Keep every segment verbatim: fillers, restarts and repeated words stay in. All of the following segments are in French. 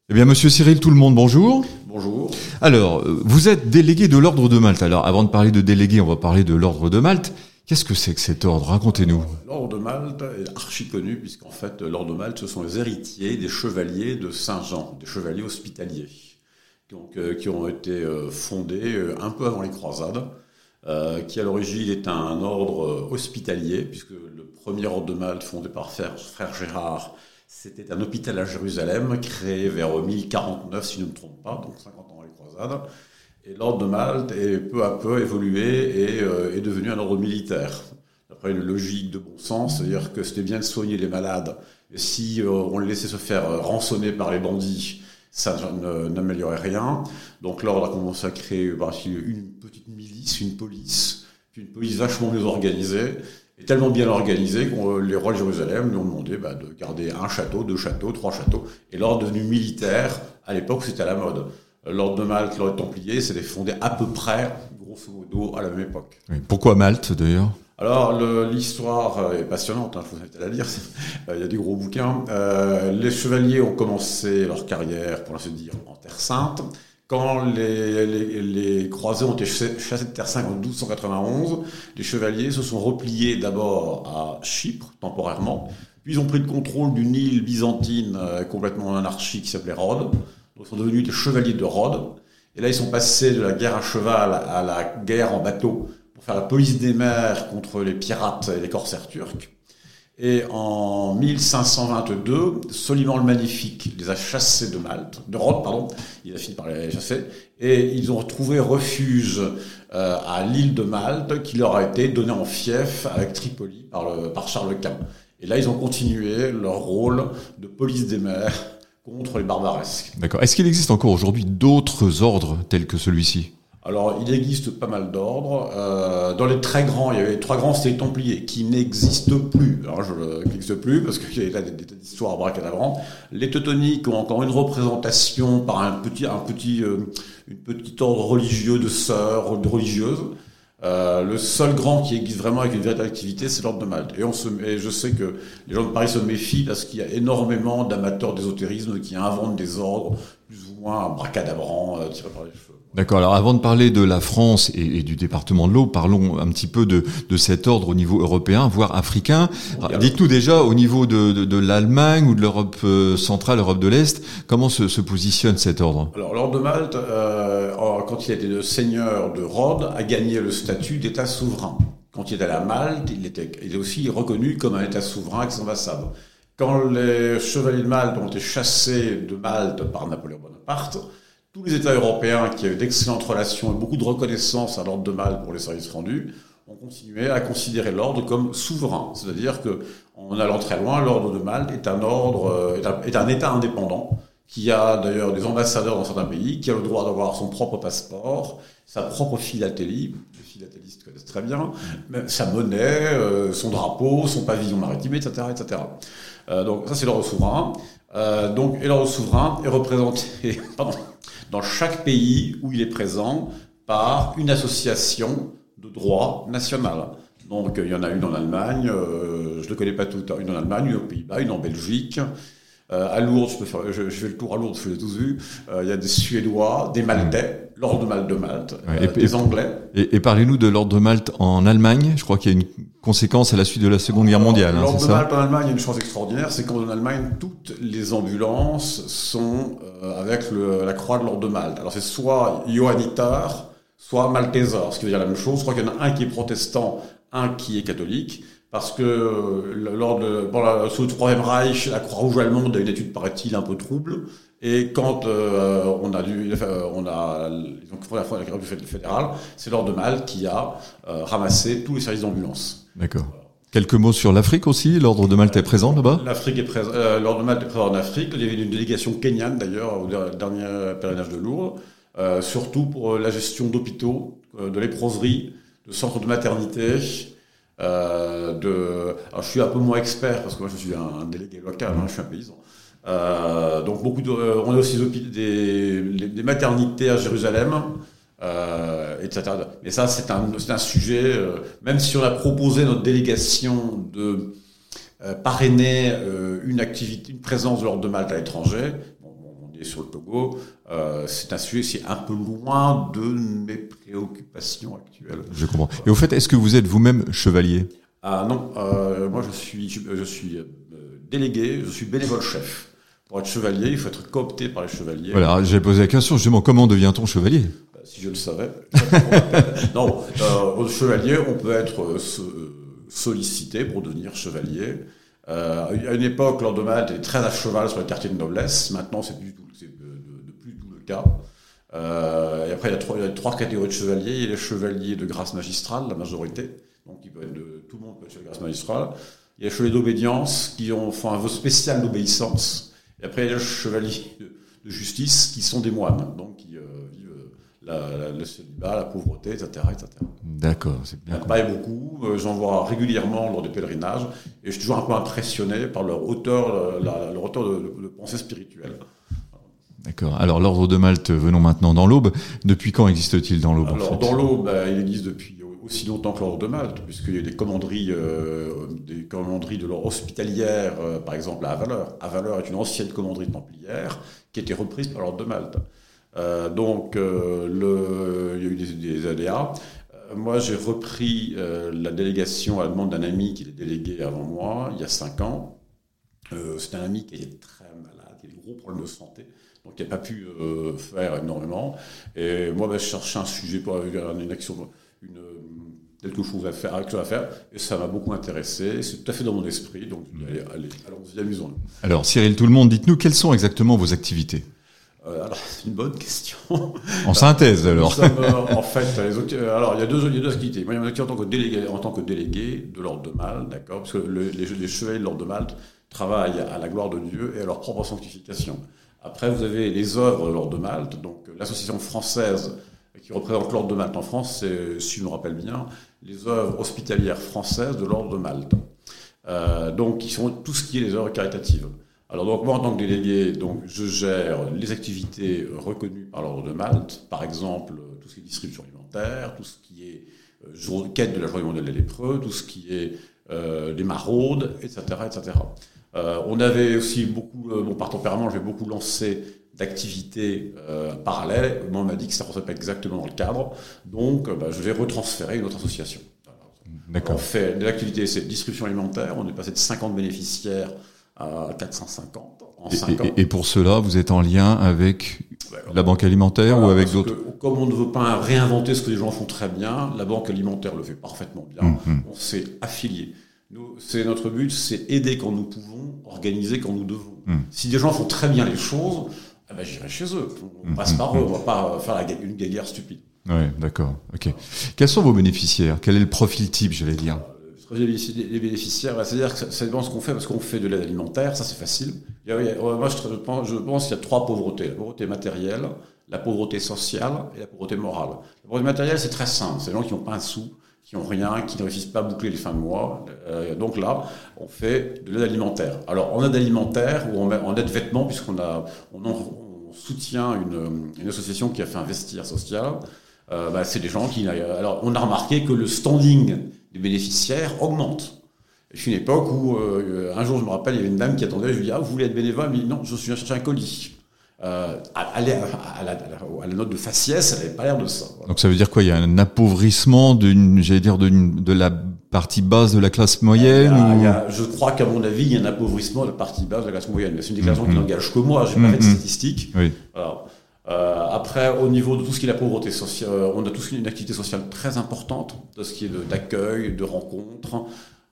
Eh bien, monsieur Cyril Tout-le-Monde, bonjour. Bonjour. Alors, vous êtes délégué de l'Ordre de Malte. Alors, avant de parler de délégué, on va parler de l'Ordre de Malte. Qu'est-ce que c'est que cet ordre? Racontez-nous. L'Ordre de Malte est archi connu, puisqu'en fait, l'Ordre de Malte, ce sont les héritiers des chevaliers de Saint-Jean, des chevaliers hospitaliers, donc, euh, qui ont été euh, fondés euh, un peu avant les croisades, euh, qui à l'origine est un ordre euh, hospitalier, puisque le premier Ordre de Malte, fondé par frère, frère Gérard, c'était un hôpital à Jérusalem, créé vers mille quarante-neuf, si je ne me trompe pas, donc cinquante ans avant les croisades. Et l'Ordre de Malte est peu à peu évolué et euh, est devenu un ordre militaire. D'après une logique de bon sens, c'est-à-dire que c'était bien de soigner les malades, et si euh, on les laissait se faire euh, rançonner par les bandits, ça ne, n'améliorait rien. Donc l'ordre a commencé à créer bah, une petite milice, une police, puis une police vachement mieux organisée, et tellement bien organisée que les rois de Jérusalem lui ont demandé bah, de garder un château, deux châteaux, trois châteaux, et l'ordre est devenu militaire. À l'époque, c'était à la mode. L'Ordre de Malte, l'Ordre Templier, c'était fondé à peu près, grosso modo, à la même époque. Oui. Pourquoi Malte, d'ailleurs? Alors, le, l'histoire est passionnante, hein, je vous invite à la lire, il y a des gros bouquins. Euh, les chevaliers ont commencé leur carrière, pour ainsi dire, en Terre Sainte. Quand les, les, les croisés ont été chassés de Terre Sainte en douze cent quatre-vingt-onze, les chevaliers se sont repliés d'abord à Chypre, temporairement, puis ils ont pris le contrôle d'une île byzantine euh, complètement anarchique qui s'appelait Rhodes. Donc, ils sont devenus des chevaliers de Rhodes. Et là, ils sont passés de la guerre à cheval à la guerre en bateau pour faire la police des mers contre les pirates et les corsaires turcs. Et en mille cinq cent vingt-deux, Soliman le Magnifique les a chassés de Malte, de Rhodes, pardon. Il a fini par les chasser. Et ils ont retrouvé refuge euh, à l'île de Malte, qui leur a été donnée en fief avec Tripoli par, le, par Charles Quint. Et là, ils ont continué leur rôle de police des mers contre les barbaresques. D'accord. Est-ce qu'il existe encore aujourd'hui d'autres ordres tels que celui-ci? Alors, il existe pas mal d'ordres. Euh, dans les très grands, il y avait les trois grands, c'était les Templiers, qui n'existent plus. Alors, je qui n'existent plus parce qu'il y a des, des, des histoires abracadabrantes. Les Teutoniques ont encore une représentation par un petit, un petit, euh, une petite ordre religieux de sœurs, de religieuses. Euh, le seul grand qui existe vraiment avec une véritable activité, c'est l'Ordre de Malte. Et, on se, et je sais que les gens de Paris se méfient parce qu'il y a énormément d'amateurs d'ésotérisme qui inventent des ordres plus ou moins abracadabrants, euh, tirés par les cheveux. D'accord. Alors, avant de parler de la France et, et du département de l'Aube, parlons un petit peu de, de cet ordre au niveau européen, voire africain. Alors, dites-nous déjà, au niveau de, de, de l'Allemagne ou de l'Europe centrale, l'Europe de l'Est, comment se, se positionne cet ordre? Alors, l'Ordre de Malte, euh, quand il a été le seigneur de Rhodes, a gagné le statut d'État souverain. Quand il était à la Malte, il était, il est aussi reconnu comme un État souverain avec son ambassade. Quand les chevaliers de Malte ont été chassés de Malte par Napoléon Bonaparte, tous les États européens qui avaient d'excellentes relations et beaucoup de reconnaissance à l'Ordre de Malte pour les services rendus ont continué à considérer l'ordre comme souverain. C'est-à-dire que, en allant très loin, l'Ordre de Malte est un ordre, est un, est un État indépendant qui a d'ailleurs des ambassadeurs dans certains pays, qui a le droit d'avoir son propre passeport, sa propre philatélie, les philatélistes connaissent très bien, sa monnaie, euh, son drapeau, son pavillon maritime, et cetera, et cetera. Euh, donc ça c'est l'ordre souverain. Euh, donc et l'ordre souverain est représenté, pardon, dans chaque pays où il est présent par une association de droit national. Donc il y en a une en Allemagne, euh, je ne connais pas tout, une en Allemagne, une aux Pays-Bas, une en Belgique. Euh, à Lourdes, je, peux faire, je, je fais le tour à Lourdes, je l'ai tous vu. Euh, il y a des Suédois, des Maltais, l'Ordre de Malte de Malte, ouais, euh, et, des Anglais. Et, et parlez-nous de l'Ordre de Malte en Allemagne. Je crois qu'il y a une conséquence à la suite de la Seconde Guerre mondiale. L'Ordre hein, c'est de ça Malte en Allemagne, il y a une chose extraordinaire, c'est qu'en Allemagne, toutes les ambulances sont euh, avec le, la croix de l'Ordre de Malte. Alors c'est soit Johanniter, soit Malteser, ce qui veut dire la même chose. Je crois qu'il y en a un qui est protestant, un qui est catholique. Parce que lors de, bon, la, sous le Troisième Reich, la Croix-Rouge allemande a une étude, paraît-il, un peu trouble. Et quand euh, on a dû, on a, ils ont créé la République fédérale, c'est l'Ordre de Malte qui a euh, ramassé tous les services d'ambulance. D'accord. Voilà. Quelques mots sur l'Afrique aussi. L'Ordre de Malte est présent là-bas. L'Afrique est présent. Euh, L'Ordre de Malte est présent en Afrique. Il y avait une délégation kenyane d'ailleurs au dernier pèlerinage de Lourdes, euh, surtout pour la gestion d'hôpitaux, euh, de léproseries, de centres de maternité. Euh, de, alors je suis un peu moins expert parce que moi je suis un, un délégué local, hein, je suis un paysan. Euh, donc beaucoup de, euh, on a aussi des, des, des maternités à Jérusalem, euh, et cetera. Mais ça c'est un, c'est un sujet. Euh, même si on a proposé notre délégation de euh, parrainer euh, une activité, une présence de l'Ordre de Malte à l'étranger, bon, on chevalier sur le Togo, euh, c'est un sujet, c'est un peu loin de mes préoccupations actuelles. Je comprends. Et au fait, est-ce que vous êtes vous-même chevalier ? Ah non, euh, moi je suis, je, je suis euh, délégué, je suis bénévole chef. Pour être chevalier, il faut être coopté par les chevaliers. Voilà, j'ai posé la question justement, comment devient-on chevalier ? Bah, si je le savais. non, euh, chevalier, on peut être euh, sollicité pour devenir chevalier. Euh, à une époque, Lord de Malte était très à cheval sur les quartiers de noblesse. Maintenant, c'est plus du tout, c'est de, de, de plus du tout le cas. Euh, et après, il y, a trois, il y a trois catégories de chevaliers. Il y a les chevaliers de grâce magistrale, la majorité. Donc, il peut être de, tout le monde peut être chevalier de grâce magistrale. Il y a les chevaliers d'obédience qui ont, font un vœu spécial d'obéissance. Et après, il y a les chevaliers de, de justice qui sont des moines, donc qui euh, vivent la, la, le célibat, la pauvreté, et cetera, et cetera. D'accord, c'est bien. Il n'y en a pas beaucoup. Euh, j'en vois régulièrement lors des pèlerinages, et je suis toujours un peu impressionné par leur hauteur, la, leur hauteur de, de, de pensée spirituelle. D'accord. Alors, l'Ordre de Malte, venons maintenant dans l'Aube. Depuis quand existe-t-il dans l'Aube ? Alors, en fait dans l'Aube, bah, il existe depuis aussi longtemps que l'Ordre de Malte, puisqu'il y a des commanderies, euh, des commanderies de l'ordre hospitalière, euh, par exemple à Avaleur. Avaleur est une ancienne commanderie templière qui a été reprise par l'Ordre de Malte. Euh, donc, euh, le, il y a eu des, des aléas. Euh, moi, j'ai repris euh, la délégation à la demande d'un ami qui était délégué avant moi, il y a cinq ans. Euh, c'est un ami qui était très malade, qui a des gros problèmes de santé. Donc, il n'a pas pu euh, faire énormément. Et moi, ben, je cherchais un sujet pour une action, une, quelque chose à faire, quelque chose à faire. Et ça m'a beaucoup intéressé. C'est tout à fait dans mon esprit. Donc, je dis, allez, allez, allons-y, amusons-nous. Alors, Cyril Tout-le-Monde, dites-nous, quelles sont exactement vos activités ? Euh, alors, c'est une bonne question. En synthèse, alors. Nous sommes, euh, en fait, les autres, alors, il y a deux, il y a deux activités. Moi, il y a une activité en tant que délégué, en tant que délégué de l'Ordre de Malte, d'accord, parce que le, les, les chevaliers de l'Ordre de Malte travaillent à la gloire de Dieu et à leur propre sanctification. Après, vous avez les œuvres de l'Ordre de Malte, donc l'association française qui représente l'Ordre de Malte en France, c'est, si je me rappelle bien, les œuvres hospitalières françaises de l'Ordre de Malte. Euh, donc, qui sont tout ce qui est les œuvres caritatives. Alors donc moi en tant que délégué, donc je gère les activités reconnues par l'Ordre de Malte, par exemple tout ce qui est distribution alimentaire, tout ce qui est euh, quête de la journée mondiale des lépreux, tout ce qui est euh, des maraudes, et cetera, et cetera. Euh, on avait aussi beaucoup, euh, bon par tempérament, j'avais beaucoup lancé d'activités euh, parallèles. Moi on m'a dit que ça ne rentrait pas exactement dans le cadre, donc euh, bah, je vais retransférer une autre association. D'accord. On fait des activités, c'est distribution alimentaire, on est passé de cinquante bénéficiaires à quatre cent cinquante en cinq ans. Et, et pour cela, vous êtes en lien avec ouais, la Banque Alimentaire voilà, ou avec d'autres ? Que, comme on ne veut pas réinventer ce que les gens font très bien, la Banque Alimentaire le fait parfaitement bien. Mmh. On s'est affilié. Nous, c'est notre but, c'est aider quand nous pouvons, organiser quand nous devons. Mmh. Si des gens font très bien les choses, eh ben, j'irai chez eux. On mmh. passe par eux, on ne va pas faire la, une guéguerre stupide. Oui, d'accord. Ok. Quels sont vos bénéficiaires ? Quel est le profil type, j'allais dire ? Les bénéficiaires, c'est-à-dire que ça dépend de ce qu'on fait, parce qu'on fait de l'aide alimentaire, ça c'est facile. Il y a, il y a, moi je pense, je pense qu'il y a trois pauvretés. La pauvreté matérielle, la pauvreté sociale et la pauvreté morale. La pauvreté matérielle, c'est très simple. C'est les gens qui n'ont pas un sou, qui n'ont rien, qui ne réussissent pas à boucler les fins de mois. Euh, donc là, on fait de l'aide alimentaire. Alors en aide alimentaire ou en, en aide vêtements, puisqu'on a, on, on soutient une, une association qui a fait un vestiaire social, euh, bah, c'est des gens qui... Alors on a remarqué que le standing des bénéficiaires augmente. Et c'est une époque où, euh, un jour, je me rappelle, il y avait une dame qui attendait, je lui dis « Ah, vous voulez être bénévole ?» Elle me dit « Non, je suis venu chercher un colis. Euh, » à, à, la, à, la, à la note de faciès, elle n'avait pas l'air de ça. Voilà. Donc ça veut dire quoi ? Il y a un appauvrissement d'une, j'allais dire, d'une, de la partie basse de la classe moyenne il y a, ou... il y a, Je crois qu'à mon avis, il y a un appauvrissement de la partie basse de la classe moyenne. C'est une déclaration mmh, qui n'engage que moi, je n'ai mmh, pas fait de statistiques. Oui. Voilà. Euh, après, au niveau de tout ce qui est la pauvreté sociale, on a tous une activité sociale très importante, de ce qui est de, d'accueil, de rencontres.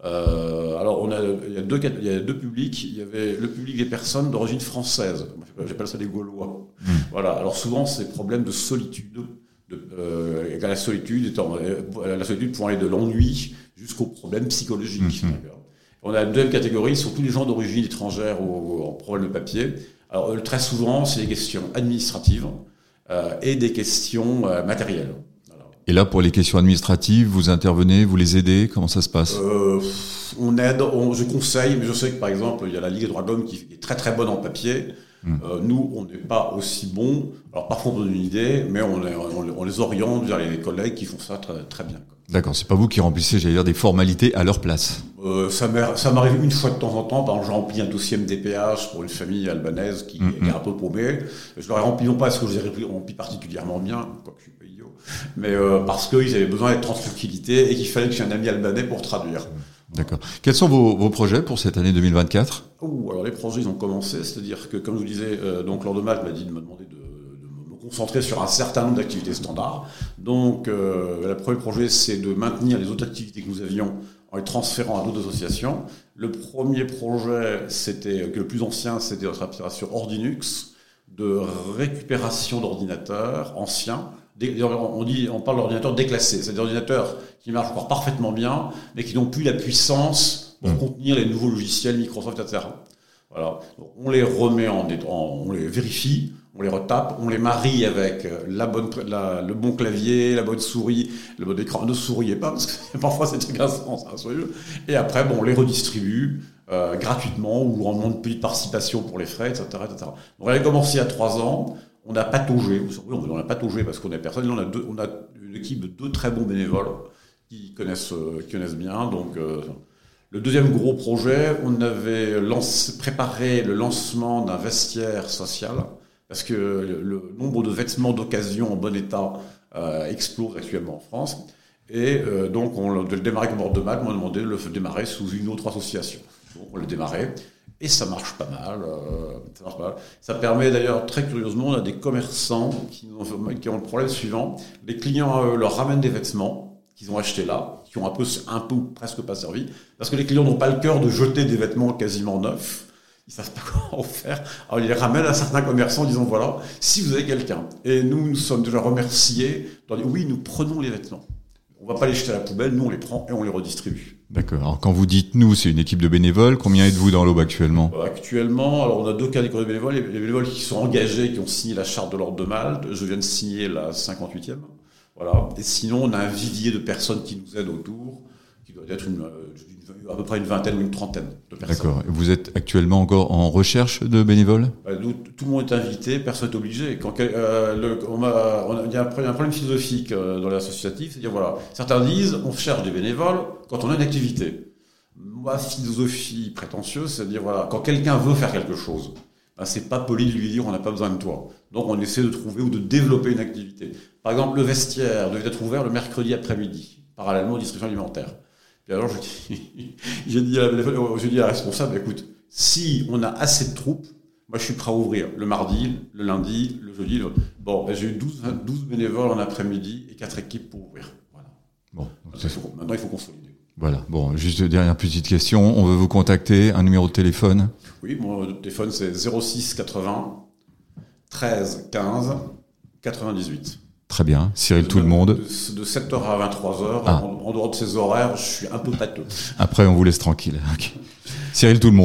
Euh, alors, on a, il y a deux, il y a deux publics. Il y avait le public des personnes d'origine française. J'appelle ça les Gaulois. Mmh. Voilà. Alors souvent, c'est des problèmes de solitude. De, euh, la solitude étant, la solitude pouvant aller de l'ennui jusqu'aux problèmes psychologiques. Mmh. On a une deuxième catégorie, sont tous les gens d'origine étrangère ou en problème de papier. Alors, très souvent, c'est des questions administratives euh, et des questions euh, matérielles. Alors, Et là, pour les questions administratives, vous intervenez, vous les aidez, comment ça se passe? euh, On aide, on, je conseille, mais je sais que par exemple, il y a la Ligue des droits de l'homme qui est très très bonne en papier. Mmh. Euh, nous, on n'est pas aussi bons. Alors parfois on donne une idée, mais on, on, on les oriente vers les collègues qui font ça très, très bien, quoi. D'accord, c'est pas vous qui remplissez, j'allais dire, des formalités à leur place. Euh, ça m'arrive une fois de temps en temps. Par exemple, j'ai rempli un dossier M D P H pour une famille albanaise qui, mmh. qui est un peu paumée. Je leur ai rempli non pas parce que je les ai remplis particulièrement bien, quoi que je suis pas idiot, mais euh, parce qu'ils avaient besoin d'être tranquillité et qu'il fallait que j'ai un ami albanais pour traduire. D'accord. Quels sont vos, vos projets pour cette année deux mille vingt-quatre? Oh, alors les projets, ils ont commencé, c'est-à-dire que, comme je vous disais, euh, donc Laure de Malte m'a dit de me demander de, de me concentrer sur un certain nombre d'activités standards. Donc, euh, le premier projet, c'est de maintenir les autres activités que nous avions en les transférant à d'autres associations. Le premier projet, c'était, que le plus ancien, c'était notre application Ordinux, de récupération d'ordinateurs anciens. On dit, on parle d'ordinateurs déclassés, c'est des ordinateurs qui marchent encore parfaitement bien, mais qui n'ont plus la puissance pour mmh. contenir les nouveaux logiciels Microsoft, et cetera. Voilà. Donc, on les remet en, en, on les vérifie, on les retape, on les marie avec la bonne, la, le bon clavier, la bonne souris, le bon écran. Ne souriez pas, parce que parfois c'est agaçant, ça, soyeux. Et après, bon, on les redistribue euh, gratuitement ou en demande de petite participation pour les frais, et cetera, et cetera. Donc, on avait commencé il y a trois ans. On a pataugé, on a pataugé parce qu'on a personne. On a, deux, on a une équipe de deux très bons bénévoles qui connaissent, qui connaissent bien. Donc, euh, le deuxième gros projet, on avait lancé, préparé le lancement d'un vestiaire social parce que le, le nombre de vêtements d'occasion en bon état euh, explose actuellement en France. Et euh, donc, on de le démarrer comme Laure de Malte, on m'a demandé de le démarrer sous une autre association. Donc, on l'a démarré. Et ça marche pas mal, euh, ça marche pas mal. Ça permet d'ailleurs, très curieusement, on a des commerçants qui ont, qui ont le problème suivant. Les clients euh, leur ramènent des vêtements qu'ils ont achetés là, qui ont un peu, un peu ou presque pas servi, parce que les clients n'ont pas le cœur de jeter des vêtements quasiment neufs. Ils savent pas comment faire. Alors ils les ramènent à certains commerçants en disant voilà, si vous avez quelqu'un. Et nous, nous sommes déjà remerciés. Oui, nous prenons les vêtements. On va pas les jeter à la poubelle, nous on les prend et on les redistribue. D'accord. Alors quand vous dites nous, c'est une équipe de bénévoles. Combien êtes-vous dans l'Aube actuellement? Actuellement, alors on a deux catégories de bénévoles. Les bénévoles qui sont engagés, qui ont signé la charte de l'Ordre de Malte. Je viens de signer la cinquante-huitième. Voilà. Et sinon, on a un vivier de personnes qui nous aident autour, qui doit être une, une, à peu près une vingtaine ou une trentaine de personnes. D'accord. Vous êtes actuellement encore en recherche de bénévoles? Bah, nous, tout le monde est invité, personne n'est obligé. Quand, euh, le, on a, on a, il y a un problème philosophique euh, dans l'associatif, c'est-à-dire voilà, certains disent on cherche des bénévoles quand on a une activité. Ma philosophie prétentieuse, c'est de dire voilà, quand quelqu'un veut faire quelque chose, ben, c'est pas poli de lui dire on n'a pas besoin de toi. Donc on essaie de trouver ou de développer une activité. Par exemple, le vestiaire devait être ouvert le mercredi après-midi, parallèlement aux distributions alimentaires. Puis alors, je dis, j'ai dit à la, j'ai dit à la responsable, écoute, si on a assez de troupes, moi je suis prêt à ouvrir le mardi, le lundi, le jeudi. Le... Bon, ben, j'ai eu douze, douze bénévoles en après-midi et quatre équipes pour ouvrir. Voilà. Bon, maintenant, il faut, maintenant, il faut consolider. Voilà. Bon, juste dernière petite question. On veut vous contacter. Un numéro de téléphone? Oui, mon téléphone c'est zéro six quatre-vingts treize quinze quatre-vingt-dix-huit. Très bien. Cyril Tout le Monde. De, de sept heures à vingt-trois heures. Ah. En, en dehors de ces horaires, je suis un peu pâteux. Après, on vous laisse tranquille. Okay. Cyril Tout le Monde.